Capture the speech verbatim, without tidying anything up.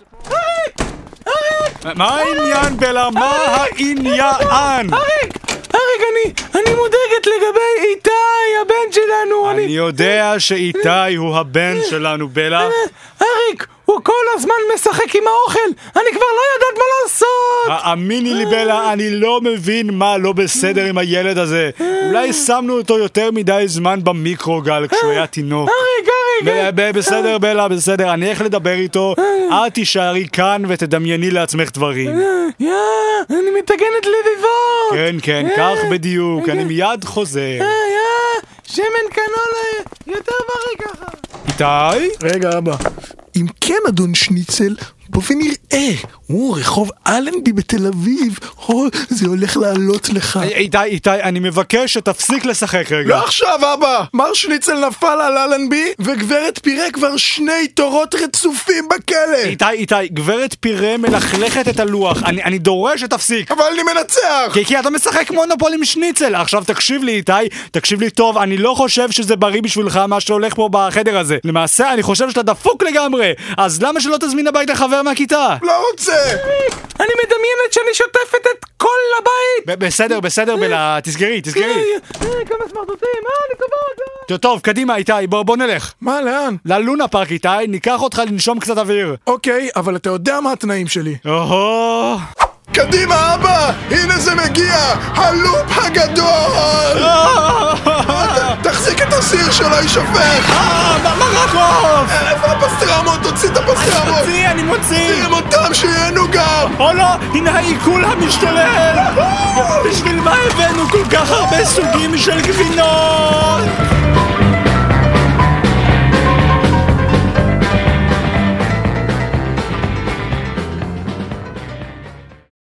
אריק! אריק! מה העניין בלה? מה העניין? אריק! אריק, אני, אני מודאגת לגבי איתי, הבן שלנו. אני יודע שאיתי הוא הבן שלנו, בלה. אריק, הוא כל הזמן משחק עם האוכל. אני כבר לא יודעת מה לעשות. האמיני לי, בלה, אני לא מבין מה לא בסדר עם הילד הזה. אולי שמנו אותו יותר מדי זמן במיקרוגל כשהוא היה תינוק. אריק, אריק. בסדר, בלה, בסדר. אני איך לדבר איתו. את תישארי כאן ותדמייני לעצמך דברים. יא, אני מתגנת לביבות. כן, כן, כך בדיוק. אני מיד חוזר. יא, שמן קנולה, יותר בריא ככה. איתי? רגע, אבא. אם כן, אדון שניצל, בוא ונראה. או, רחוב אלנבי בתל אביב. או, זה הולך לעלות לך. איתי, איתי, אני מבקש שתפסיק לשחק רגע. לא עכשיו, אבא. מר שניצל נפל על אלנבי, וגברת פירה כבר שני תורות רצופים בכלא. איתי, איתי, גברת פירה מלכלכת את הלוח. אני, אני דורש שתפסיק. אבל אני מנצח. כי, כי אתה משחק מונופול עם שניצל. עכשיו תקשיב לי, איתי, תקשיב לי טוב. אני לא חושב שזה בריא בשבילך מה שהולך פה בחדר הזה. למעשה, אני חושב שאתה דפוק לגמרי. אז למה שלא תזמין הביתה חבר מהכיתה? לא רוצה. אני מדמיינת שאני שוטפת את כל הבית. בסדר, בסדר, בלה, תסגרי, תסגרי. כמה סמרטוטים, אה, אני טובה. טוב, קדימה, איתי, בוא, בוא נלך. מה, לאן? ללונה פארק, איתי, ניקח אותך לנשום קצת אוויר. אוקיי, אבל אתה יודע מה התנאים שלי. אוהו. קדימה, אבא! הנה זה מגיע! הלופ הגדול! תחזיק את הסיר שלא יישפך! אה, מרקוף! איפה הפסטרמות? תוציא את הפסטרמות! תוציא, אני מוציא! שים אותם שיהנו גם! או לא, הנה העיכול המשתולל! בשביל מה הבאנו כל כך הרבה סוגים של גבינות?